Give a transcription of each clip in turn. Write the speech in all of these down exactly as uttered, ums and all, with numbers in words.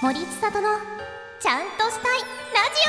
森千里のちゃんとしたいラジ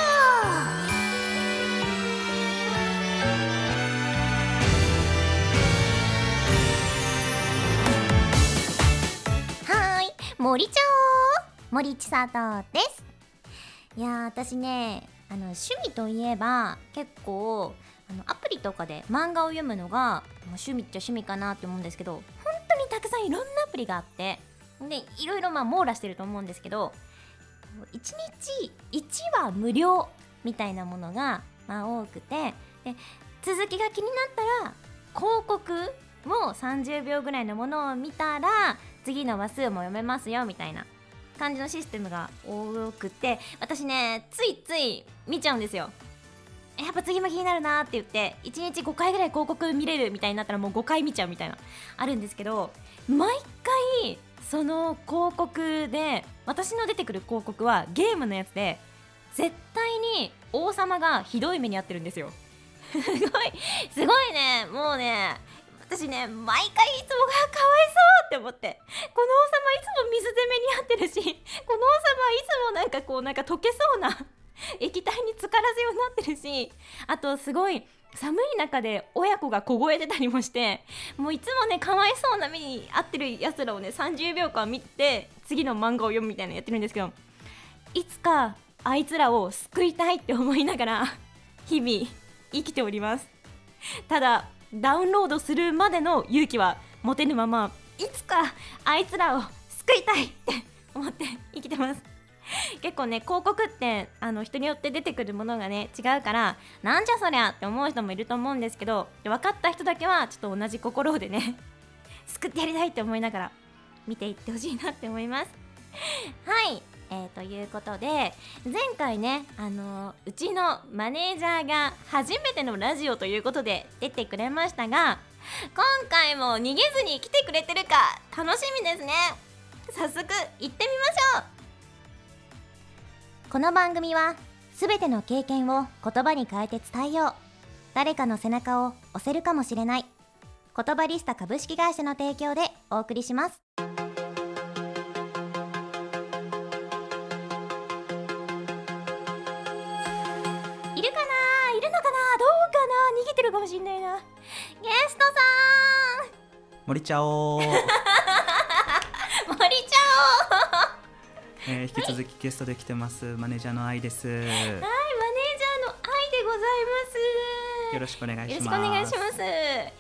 オ。はーい、森ちゃお森千里です。いやー、私ね、あの趣味といえば結構あのアプリとかで漫画を読むのが、まあ、趣味っちゃ趣味かなって思うんですけど、本当にたくさんいろんなアプリがあって、でいろいろまあ網羅してると思うんですけど、いちにちいちわ無料みたいなものがまあ多くて、で続きが気になったら広告をさんじゅうびょうぐらいのものを見たら次の話数も読めますよみたいな感じのシステムが多くて、私ねついつい見ちゃうんですよ。やっぱ次も気になるなって言っていちにちごかいぐらい広告見れるみたいになったらもうごかい見ちゃうみたいなあるんですけど、毎回その広告で、私の出てくる広告はゲームのやつで絶対に王様がひどい目に遭ってるんですよ。すごいすごいね、もうね私ね毎回いつもがかわいそうって思って、この王様いつも水攻めに遭ってるし、この王様いつもなんかこうなんか溶けそうな液体に浸からずようになってるし、あとすごい寒い中で親子が凍えてたりもして、もういつもねかわいそうな目に遭ってるやつらをねさんじゅうびょうかん見て次の漫画を読むみたいなのやってるんですけど、いつかあいつらを救いたいって思いながら日々生きております。ただダウンロードするまでの勇気は持てぬまま、いつかあいつらを救いたいって思って生きてます。結構ね広告ってあの人によって出てくるものがね違うから、なんじゃそりゃって思う人もいると思うんですけど、分かった人だけはちょっと同じ心でね救ってやりたいって思いながら見ていってほしいなって思います。はい、えー、ということで前回ね、あのー、うちのマネージャーが初めてのラジオということで出てくれましたが、今回も逃げずに来てくれてるか楽しみですね。早速行ってみましょう。この番組はすべての経験を言葉に変えて伝えよう、誰かの背中を押せるかもしれない、言葉リスタ株式会社の提供でお送りします。いるかないるのかな、どうかな、逃げてるかもしんないな。ゲストさん、 森ちゃおー森ちゃおーえー、引き続きゲストで来てますマネージャーの愛です。はい、マネージャーの愛でございます。 よろしくお願いします。 よろしくお願いします。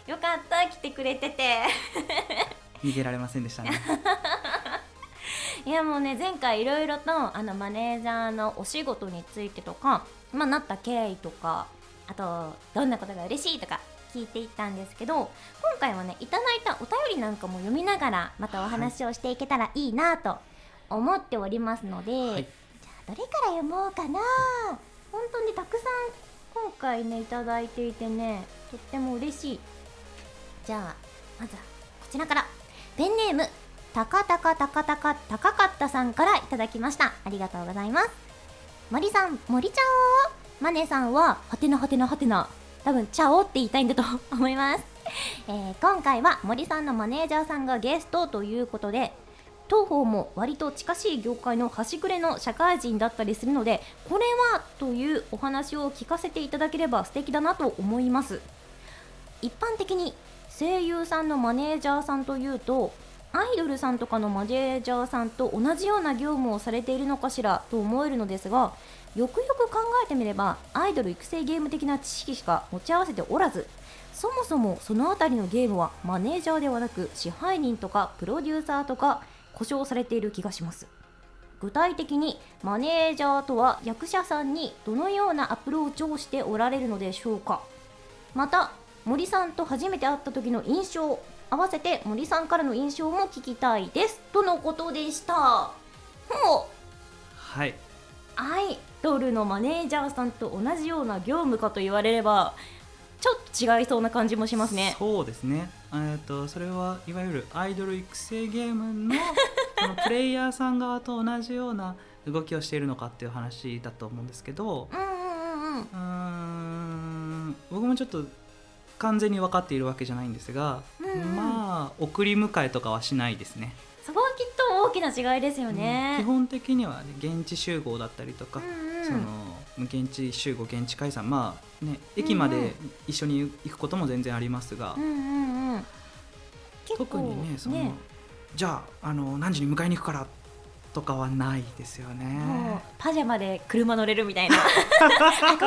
よかった、来てくれてて逃げられませんでしたねいやもうね、前回いろいろとあのマネージャーのお仕事についてとか、まあ、なった経緯とか、あとどんなことが嬉しいとか聞いていったんですけど、今回はねいただいたお便りなんかも読みながらまたお話をしていけたらいいなと思っておりますので、はい、じゃあどれから読もうかな。本当にたくさん今回ねいただいていてね、とっても嬉しい。じゃあまずはこちらから、ペンネームたかたかたかたかたかかったさんからいただきました。ありがとうございます。森さん、森ちゃおマネさんははてなはてなはてな、多分チャオって言いたいんだと思います、えー、今回は森さんのマネージャーさんがゲストということで、当方も割と近しい業界の端くれの社会人だったりするので、これはというお話を聞かせていただければ素敵だなと思います。一般的に声優さんのマネージャーさんというと、アイドルさんとかのマネージャーさんと同じような業務をされているのかしらと思えるのですが、よくよく考えてみればアイドル育成ゲーム的な知識しか持ち合わせておらず、そもそもそのあたりのゲームはマネージャーではなく支配人とかプロデューサーとか故障されている気がします。具体的にマネージャーとは役者さんにどのようなアプローチをしておられるのでしょうか。また森さんと初めて会った時の印象、合わせて森さんからの印象も聞きたいですとのことでした。ほう、 はい、 アイドルのマネージャーさんと同じような業務かと言われればちょっと違いそうな感じもしますね。 そうですね、えー、とそれはいわゆるアイドル育成ゲーム の, このプレイヤーさん側と同じような動きをしているのかっていう話だと思うんですけど、 うんうんうんうん、 うーん僕もちょっと完全に分かっているわけじゃないんですが、うんうん、まあ送り迎えとかはしないですね。 そこはきっと大きな違いですよね、 うん、基本的には、ね、現地集合だったりとか、 うんうん、 その現地集合現地解散、まあね、駅まで一緒に行くことも全然ありますが、 うんうんうん、 特にねその、 ね、 じゃあ、あの何時に迎えに行くからとかはないですよね。 もうパジャマで車乗れるみたいな憧れちゃう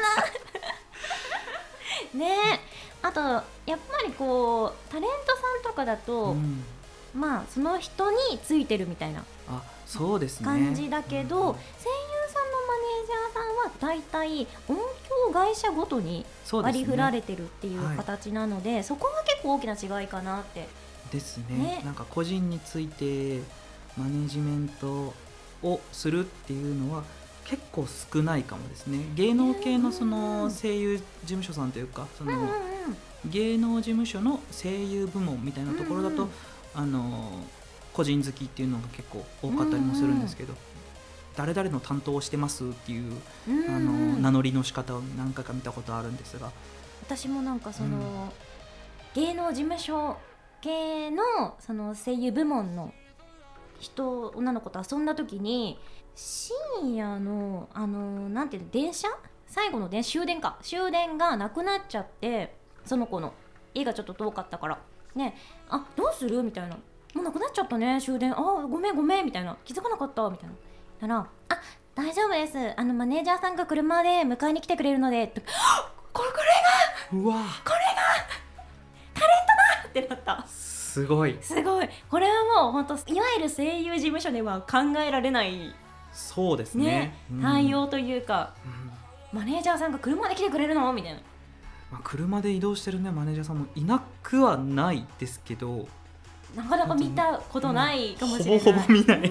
なねえ、あとやっぱりこうタレントさんとかだと、うん、まあその人についてるみたいなあそうですね感じだけど、うん、声優さんのマネージャーさんはだいたい音響会社ごとに割り振られてるっていう形なので、はい、そこが結構大きな違いかなってですね。 ね、 なんか個人についてマネジメントをするっていうのは結構少ないかもですね。芸能系のその声優事務所さんというか、その芸能事務所の声優部門みたいなところだと、あの個人好きっていうのが結構多かったりもするんですけど、誰々の担当をしてますっていうあの名乗りの仕方を何回か見たことあるんですが、 私もなんかその芸能事務所系のその声優部門の人女の子と遊んだ時に深夜のあのなんていうの電車最後の電終電か終電がなくなっちゃって、その子の家がちょっと遠かったからね、あどうするみたいな、もうなくなっちゃったね終電、あごめんごめんみたいな、気づかなかったみたいな、だからあ大丈夫です、あのマネージャーさんが車で迎えに来てくれるのでこれこれがうわこれがタレントだってなった。 すごいすごい、これはもう本当いわゆる声優事務所では考えられないそうです ね, ね、うん、対応というか、 うん、 マネージャーさんが車で来てくれるのみたいな、 まあ、車で移動してる、ね、マネージャーさんもいなくはないですけど、 なかなか見たことないかもしれない、 ほぼほぼ見ない、 うん、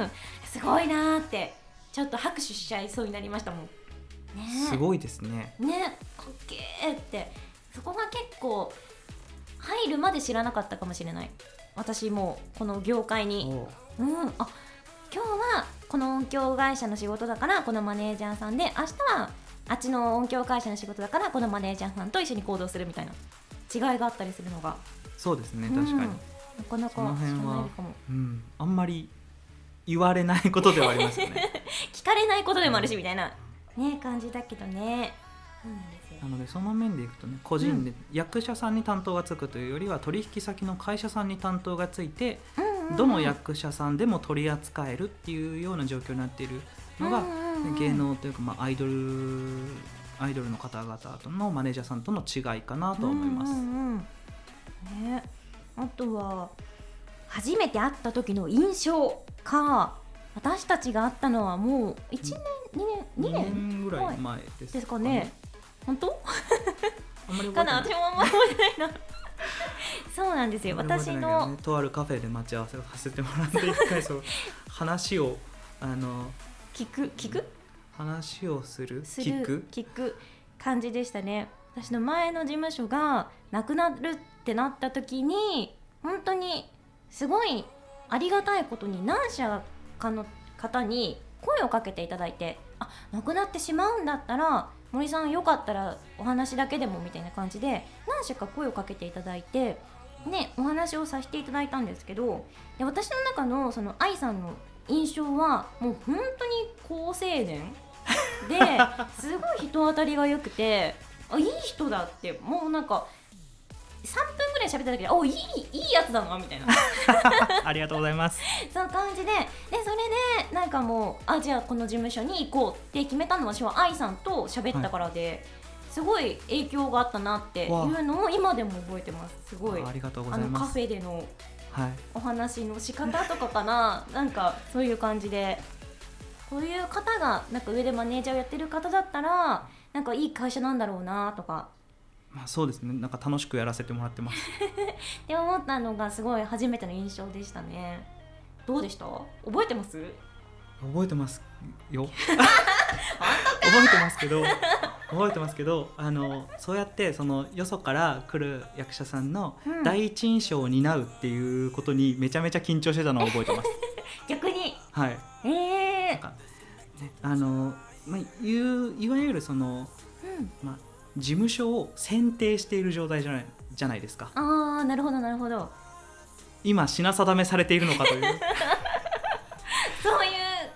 すごいなってちょっと拍手しちゃいそうになりましたもん、ね、 すごいですね。 ね、かっけーって、そこが結構入るまで知らなかったかもしれない。私もこの業界に、うん、あ今日はこの音響会社の仕事だからこのマネージャーさんで、明日はあっちの音響会社の仕事だからこのマネージャーさんと一緒に行動するみたいな違いがあったりするのが、 そうですね、確かに、うん、なかなか知らないかも、 うん、あんまり言われないことではありますよね聞かれないことでもあるしみたいな、ね、感じだけどね。そうなんですよ。 なのでその面でいくとね、個人で役者さんに担当がつくというよりは取引先の会社さんに担当がついて、うんうんうん、どの役者さんでも取り扱えるっていうような状況になっているのが、うんうんうん、芸能というか、まあ、アイドルアイドルの方々とのマネージャーさんとの違いかなと思います、うんうんうんね、あとは初めて会った時の印象か、私たちが会ったのはもういちねん、にねん、にねん、 にねんぐらい前ですかね、 ですかね。本当あんまり覚えてないかな、私もあんまり覚えてないなそうなんですよ、私の、 ね、とあるカフェで待ち合わせをさせてもらって一回そう話をあの聞く聞く話をするする聞く聞く感じでしたね。私の前の事務所がなくなるってなった時に本当にすごいありがたいことに何社かの方に声をかけていただいて、あ、なくなってしまうんだったら森さんよかったらお話だけでもみたいな感じで何社か声をかけていただいて、ね、お話をさせていただいたんですけど、で私の中のその愛さんの印象はもう本当に好青年ですごい人当たりが良くて、あ、いい人だって、もうなんかさんぷんぐらい喋っただけで、お、いいいいやつだなみたいなありがとうございます。 そういう感じで、でそれでなんかもう、あ、じゃあこの事務所に行こうって決めたのは私は愛さんと喋ったからで、はい、すごい影響があったなっていうのを今でも覚えてます。すごいあ, ありがとうございます。 あのカフェでのお話の仕方とかかななんかそういう感じで、こういう方がなんか上でマネージャーをやってる方だったらなんかいい会社なんだろうなとか、 まあ、そうですね、なんか楽しくやらせてもらってますって思ったのがすごい初めての印象でしたね。どうでした？覚えてます？ 覚えてますよ覚えてますけど覚えてますけどあのそうやってそのよそから来る役者さんの第一印象を担うっていうことにめちゃめちゃ緊張してたのを覚えてます逆に、 はい、 えー、 なんか、ね、あの、まあ、いういわゆるその、 うんまあ、事務所を選定している状態じゃない、じゃないですか。 あー、なるほどなるほど。 今品定めされているのかという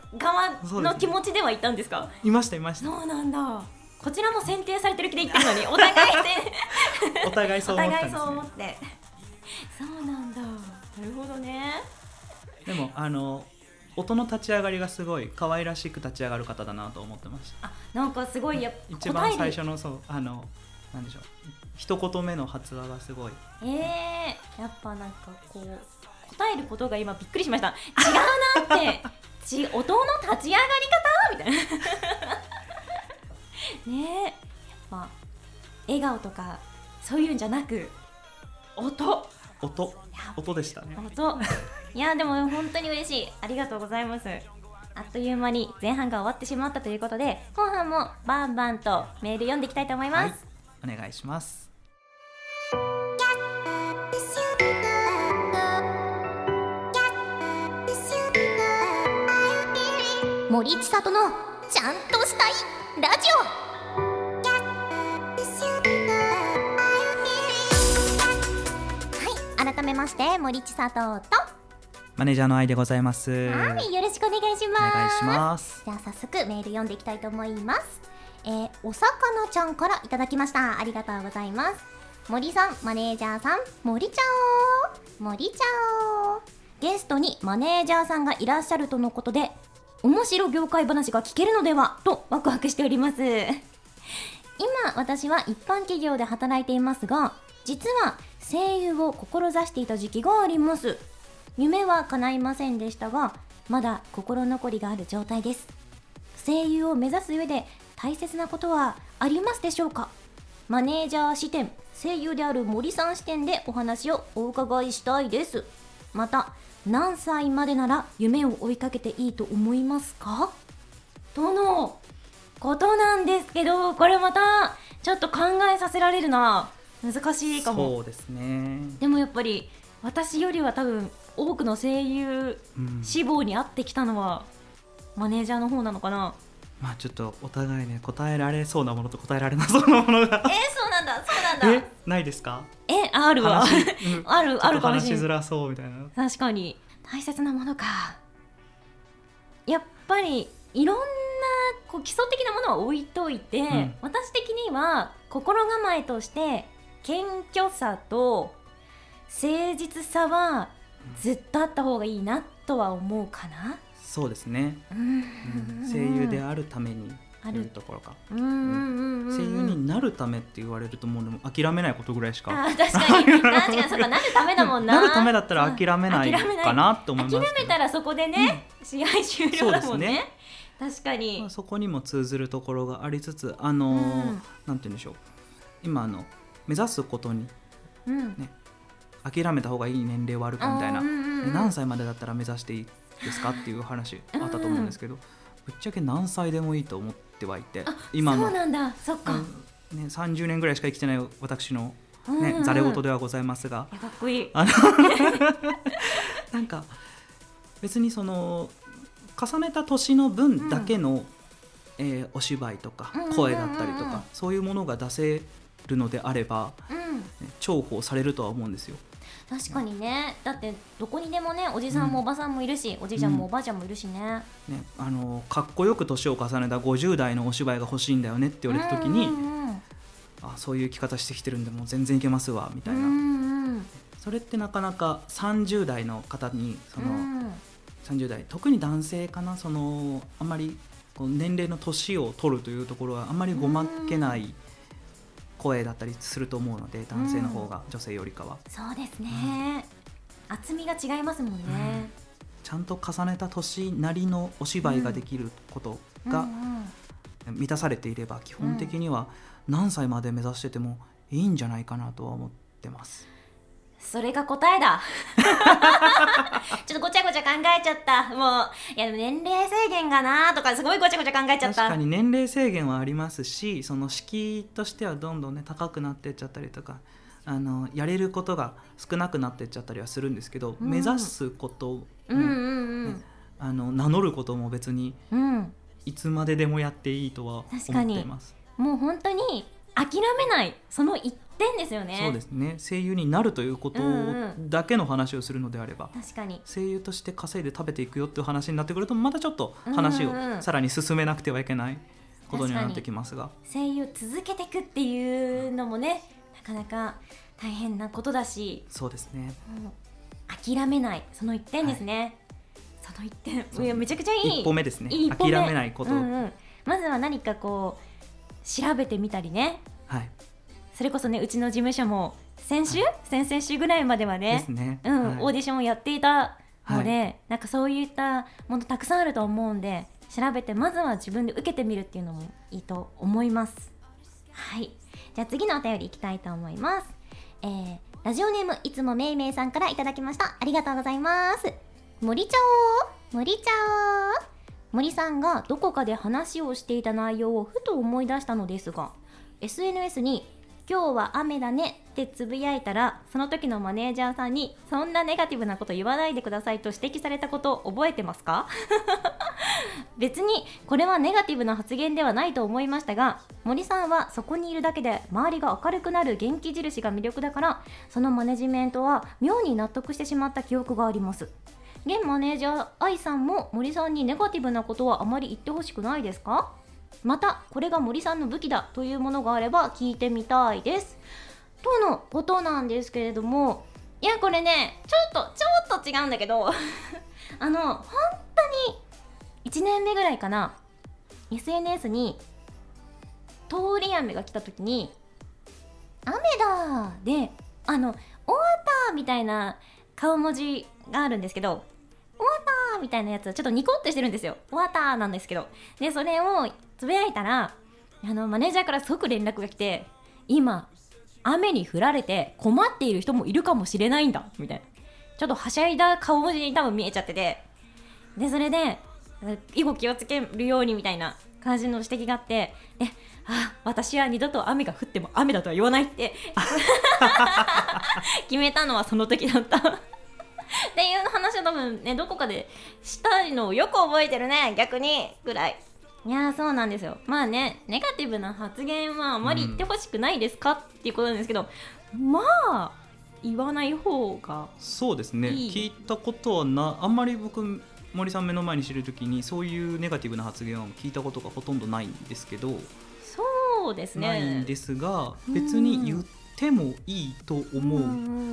側の気持ちではいたんですか？ いましたいました。 そうなんだ。こちらも選定されてる気で言ってるのにお互いお互いそう思ったんですね。 お互いそう思ってそうなんだ。なるほどね。 でもあの音の立ち上がりがすごい可愛らしく立ち上がる方だなと思ってました。 あ、なんかすごいや一番最初のそうあのなんでしょう一言目の発話がすごいえー、やっぱなんかこう答えることが今びっくりしました。違うなってち音の立ち上がり方みたいなねえ、やっぱ笑顔とかそういうんじゃなく音音音でしたね。 音いやでも本当に嬉しい。ありがとうございます。あっという間に前半が終わってしまったということで、後半もバンバンとメール読んでいきたいと思います、 はい、お願いします。 森千里のちゃんとしたいラジオ。改めまして森千里とマネージャーの愛でございます。 はい、よろしくお願いします。 お願いします。 じゃあ早速メール読んでいきたいと思います。えー、おさかなちゃんからいただきました。ありがとうございます。森さん、マネージャーさん、森ちゃお森ちゃおゲストにマネージャーさんがいらっしゃるとのことで、面白業界話が聞けるのではとワクワクしております。今私は一般企業で働いていますが、実は声優を志していた時期があります。夢は叶いませんでしたが、まだ心残りがある状態です。声優を目指す上で大切なことはありますでしょうか？マネージャー視点、声優である森さん視点でお話をお伺いしたいです。また何歳までなら夢を追いかけていいと思いますか？とのことなんですけど、これまたちょっと考えさせられるな。難しいかも。 そうですね。 でもやっぱり私よりは多分多くの声優志望に合ってきたのはマネージャーの方なのかな。 まあちょっとお互いね、答えられそうなものと答えられなそうなものがえー、そうなんだそうなんだ。 えないですか？ えあるわ、うん、あるあるかもしれない。 話しづらそうみたいな。 確かに大切なものか。やっぱりいろんなこう基礎的なものは置いといて、うん、私的には心構えとして謙虚さと誠実さはずっとあった方がいいなとは思うかな。 そうですね、うんうん、声優であるためにというところか。声優になるためって言われるともうでも諦めないことぐらいしか。 あ確かに確かにそうか、なるためだもんな。 なるためだったら諦めないかなと思いますけど。 諦めたらそこでね、うん、試合終了だもん ね, ね確かに、 まあ、そこにも通ずるところがありつつ、あのーうん、なんて言うんでしょう、今あの目指すことに、ねうん、諦めた方がいい年齢はあるかみたいな、うんうんうん、何歳までだったら目指していいですかっていう話あったと思うんですけど、うん、ぶっちゃけ何歳でもいいと思ってはいて、今のそうなんだ、そっか、 ね、さんじゅうねんぐらいしか生きてない私のね、ざれ言ではございますが、 いやかっこいい。 あのなんか別にその重ねた年の分だけの、うんえー、お芝居とか声だったりとか、うんうんうんうん、そういうものが出せるのであれば、うんね、重宝されるとは思うんですよ。 確かにね、だってどこにでもね、おじさんもおばさんもいるし、うん、おじいちゃんもおばあちゃんもいるしね、うんね、あのかっこよく年を重ねたごじゅう代のお芝居が欲しいんだよねって言われた時に、うんうんうん、あそういう生き方してきてるんでもう全然いけますわみたいな、うんうん、それってなかなかさんじゅう代の方にその、うん、さんじゅう代特に男性かな、そのあんまりこう年齢の年を取るというところはあんまりごまけない声だったりすると思うので、男性の方が女性よりかは、 うん、そうですね、うん、厚みが違いますもんね、うん、 ちゃんと重ねた年なりのお芝居ができることが満たされていれば、基本的には何歳まで目指しててもいいんじゃないかなとは思ってます。 それが答えだちょっとごちゃごちゃ考えちゃった。もういやでも年齢制限がなとかすごいごちゃごちゃ考えちゃった。 確かに年齢制限はありますし、その敷居としてはどんどんね高くなっていっちゃったりとか、あのやれることが少なくなっていっちゃったりはするんですけど、うん、目指すことも、うんうんうんね、あの名乗ることも別にいつまででもやっていいとは思っています。 もう本当に諦めない、その一点ですよね。 そうですね、声優になるということだけの話をするのであれば、 確かに声優として稼いで食べていくよっていう話になってくるとまたちょっと話をさらに進めなくてはいけないことにはなってきますが、 声優続けていくっていうのもねなかなか大変なことだし、 そうですね、 もう諦めないその一点ですね、はい、その一点いやめちゃくちゃいい一歩目ですね。 いい諦めないこと、うんうん、 まずは何かこう調べてみたりね、 はい、 それこそねうちの事務所も先週、はい、先々週ぐらいまではね、 ですね、 うん、 はい、 オーディションをやっていたので、はい、なんかそういったものたくさんあると思うんで調べてまずは自分で受けてみるっていうのもいいと思います。はい、じゃあ次のお便りいきたいと思います。えー、ラジオネームいつもめいめいさんからいただきました。ありがとうございます。森ちゃお森ちゃお森さんがどこかで話をしていた内容をふと思い出したのですが、 エスエヌエス に今日は雨だねってつぶやいたら、その時のマネージャーさんにそんなネガティブなこと言わないでくださいと指摘されたことを覚えてますか？別にこれはネガティブな発言ではないと思いましたが、森さんはそこにいるだけで周りが明るくなる元気印が魅力だから、そのマネジメントは妙に納得してしまった記憶があります。現マネージャー愛さんも森さんにネガティブなことはあまり言ってほしくないですか？またこれが森さんの武器だというものがあれば聞いてみたいです、とのことなんですけれども、いやこれねちょっとちょっと違うんだけどあの本当にいちねんめぐらいかな、 エスエヌエス に通り雨が来た時に雨だであの終わったみたいな顔文字があるんですけど、終わったみたいなやつちょっとニコってしてるんですよ。終わったなんですけど、でそれをつぶやいたらあのマネージャーから即連絡が来て、今雨に降られて困っている人もいるかもしれないんだみたいな、ちょっとはしゃいだ顔文字に多分見えちゃってて、でそれで以後気をつけるようにみたいな感じの指摘があって、えあ私は二度と雨が降っても雨だとは言わないって決めたのはその時だったっていう話を多分ねどこかでしたのをよく覚えてるね、逆にぐらい。いやそうなんですよ。まあねネガティブな発言はあまり言ってほしくないですか、うん、っていうことなんですけど、まあ言わない方がいい。 そうですね、聞いたことはなあんまり僕森さん目の前に知るときにそういうネガティブな発言を聞いたことがほとんどないんですけど、 そうですね、 ないんですが別に言ってもいいと思う、うん、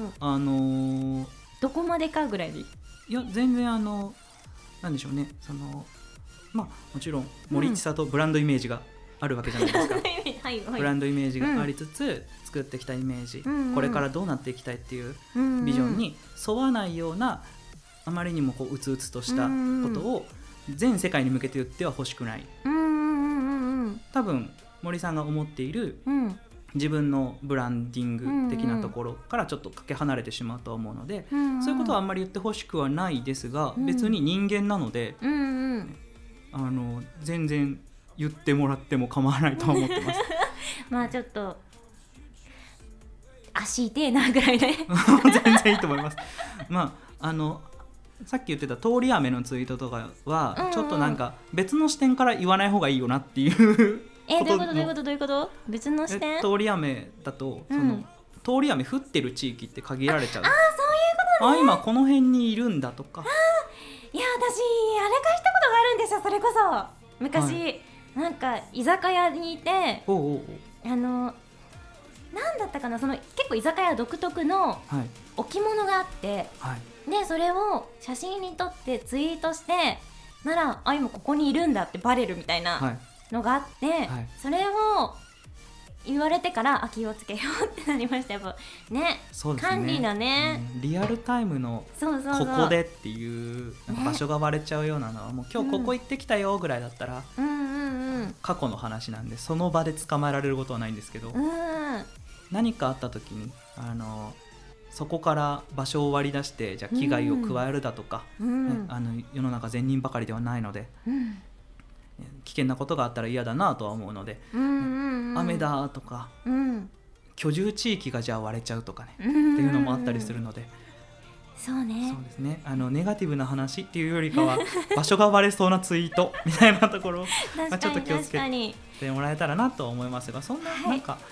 あのー、 どこまでかぐらいでいや全然あのなんでしょうね、そのまあもちろん森千里ブランドイメージがあるわけじゃないですか、はいはい、ブランドイメージがありつつ、うん、作ってきたイメージ、うんうん、これからどうなっていきたいっていうビジョンに沿わないようなあまりにもこううつうつとしたことを全世界に向けて言っては欲しくない、うんうんうん、多分森さんが思っている、うん、自分のブランディング的なところからちょっとかけ離れてしまうと思うので、うんうん、そういうことはあんまり言ってほしくはないですが、うん、別に人間なので、うんうん、あの全然言ってもらっても構わないと思ってますまあちょっと足痛えなぐらいで全然いいと思いますまああのさっき言ってた通り雨のツイートとかはちょっとなんか別の視点から言わない方がいいよなっていうえー、どういうことどういうことどういうこと別の視点、 通り雨だとその、うん、通り雨降ってる地域って限られちゃう。 ああそういうことね。 あ今この辺にいるんだとか。あいや私あれかしたことがあるんですよ。それこそ昔、はい、なんか居酒屋にいておうおうおうあのなんだったかな、その結構居酒屋独特の置物があって、はい、でそれを写真に撮ってツイートしてならあ今ここにいるんだってバレるみたいな、はいのがあって、はい、それを言われてからあ気をつけようってなりました。やっぱ ね, そうですね管理がね、 うん、リアルタイムのここでっていうなんか場所が割れちゃうようなのは、ね、もう今日ここ行ってきたよぐらいだったら、うんうんうんうん、過去の話なんでその場で捕まえられることはないんですけど、うん、何かあった時にあのそこから場所を割り出してじゃあ危害を加えるだとか、うんね、あの世の中善人ばかりではないので、うん危険なことがあったら嫌だなとは思うので、うんうんうん、雨だとか、うん、居住地域がじゃあ割れちゃうとかね、うんうんうん、っていうのもあったりするので、 そうね、 そうですね、あのネガティブな話っていうよりかは場所が割れそうなツイートみたいなところをまあちょっと気をつけてもらえたらなと思いますが、そんななんか、はい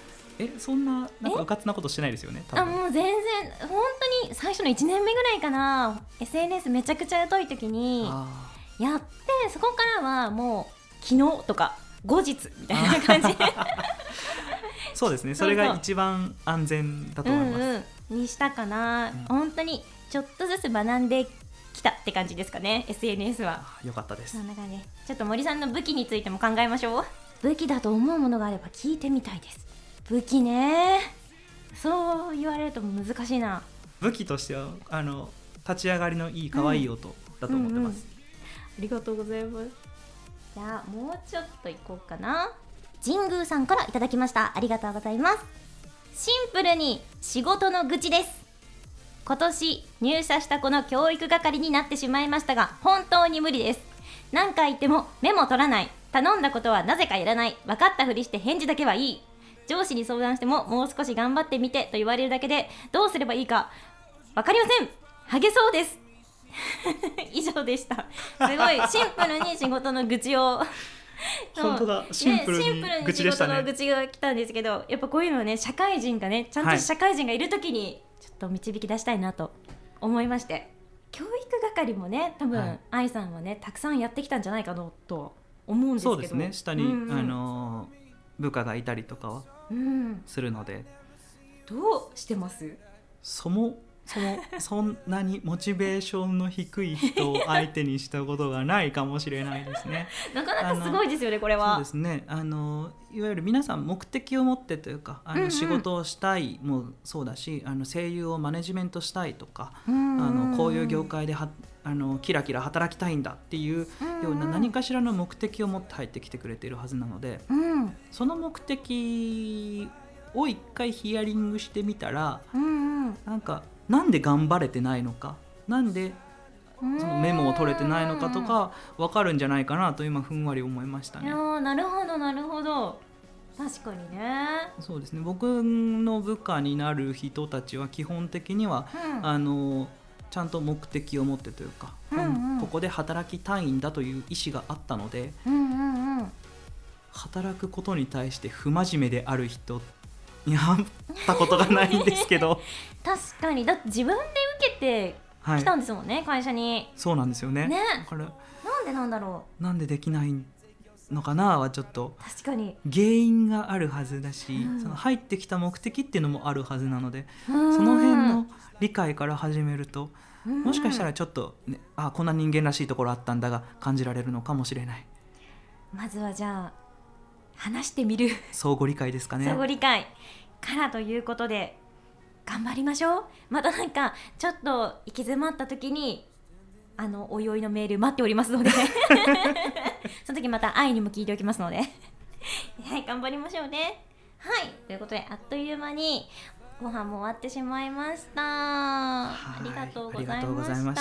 えそんななんかうかつなことしてないですよね。多分あもう全然本当に最初のいちねんめぐらいかな、 エスエヌエス めちゃくちゃ疎い時にあやって、そこからはもう昨日とか後日みたいな感じそうですね、それが一番安全だと思います。 うんうん、にしたかな、うん、本当にちょっとずつ学んできたって感じですかね、 エスエヌエス は。 よかったです。 そんな感じ。ちょっと森さんの武器についても考えましょう。武器だと思うものがあれば聞いてみたいです。武器ね、そう言われると難しいな。 武器としてはあの立ち上がりのいい可愛い音だと思ってます、うんうんうん、 ありがとうございます。じゃあもうちょっといこうかな。神宮さんからいただきました。ありがとうございます。シンプルに仕事の愚痴です。今年入社した子の教育係になってしまいましたが、本当に無理です。何回言ってもメモ取らない、頼んだことはなぜかやらない、分かったふりして返事だけはいい、上司に相談してももう少し頑張ってみてと言われるだけでどうすればいいか分かりません。ハゲそうです以上でした。すごいシンプルに仕事の愚痴を本当だ、シンプルに愚痴でしたね。 シンプルに仕事の愚痴が来たんですけど、やっぱこういうのはね、社会人がね、ちゃんと社会人がいるときにちょっと導き出したいなと思いまして、教育係もね、多分、はい、愛さんはねたくさんやってきたんじゃないかなと思うんですけど。 そうですね、下に、うんうん、あの部下がいたりとかはするので、 うん、どうしてます？ そもそもそんなにモチベーションの低い人を相手にしたことがないかもしれないですねなかなかすごいですよね、これは。 そうですね、あのいわゆる皆さん目的を持ってというか、あの仕事をしたいもそうだし、あの声優をマネジメントしたいとか、うんうん、あのこういう業界ではあのキラキラ働きたいんだっていうような何かしらの目的を持って入ってきてくれているはずなので、うん、その目的を一回ヒアリングしてみたら、うんうん、なんかなんで頑張れてないのか、なんでそのメモを取れてないのかとか分かるんじゃないかなと今ふんわり思いましたね。 いやなるほどなるほど、確かにね。 そうですね、僕の部下になる人たちは基本的には、うん、あのちゃんと目的を持ってというか、うんうん、ここで働きたいんだという意思があったので、うんうんうん、働くことに対して不真面目である人に会ったことがないんですけど確かに、だって自分で受けてきたんですもんね、はい、会社に。 そうなんですよね。 ね、 だからなんでなんだろう、なんでできないのかなはちょっと確かに原因があるはずだし、うん、その入ってきた目的っていうのもあるはずなので、その辺の理解から始めると、もしかしたらちょっと、ね、あこんな人間らしいところあったんだが感じられるのかもしれない。 まずはじゃあ話してみる相互理解ですかね。 相互理解からということで頑張りましょう。またなんかちょっと行き詰まった時にあのおいおいのメール待っておりますのでその時また愛にも聞いておきますのではい頑張りましょうね。はいということであっという間にご飯も終わってしまいました。ありがとうございました。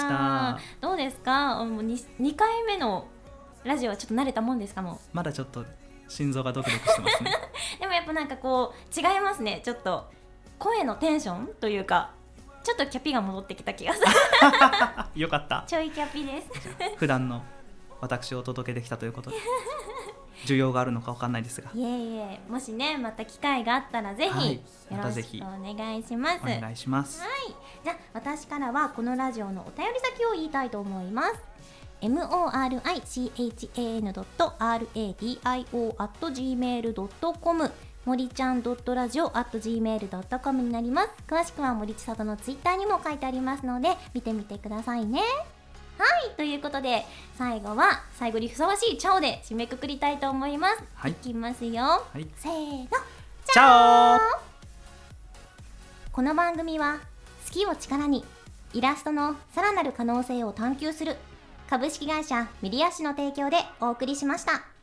どうですか、もう 2, にかいめのラジオはちょっと慣れたもんですか？もうまだちょっと心臓がドキドキしてますねでもやっぱなんかこう違いますね、ちょっと声のテンションというかちょっとキャピが戻ってきた気がするよかった、 ちょいキャピです普段の私をお届けできたということで需要があるのか分かんないですが、 いえいえ、もしねまた機会があったらぜひ、はい、よろしくお願いします。 お願いします。 はい、じゃあ私からはこのラジオのお便り先を言いたいと思います。モリチャン アット ジーメール ドット コム もりちゃん ラジオ アット ジーメール ドット コム になります。詳しくは森千里のツイッターにも書いてありますので見てみてくださいね。はいということで最後は最後にふさわしいチャオで締めくくりたいと思います。はい、いきますよ、はい、せーのチャオ。 この番組は好きを力にイラストのさらなる可能性を探求する株式会社ミリアシの提供でお送りしました。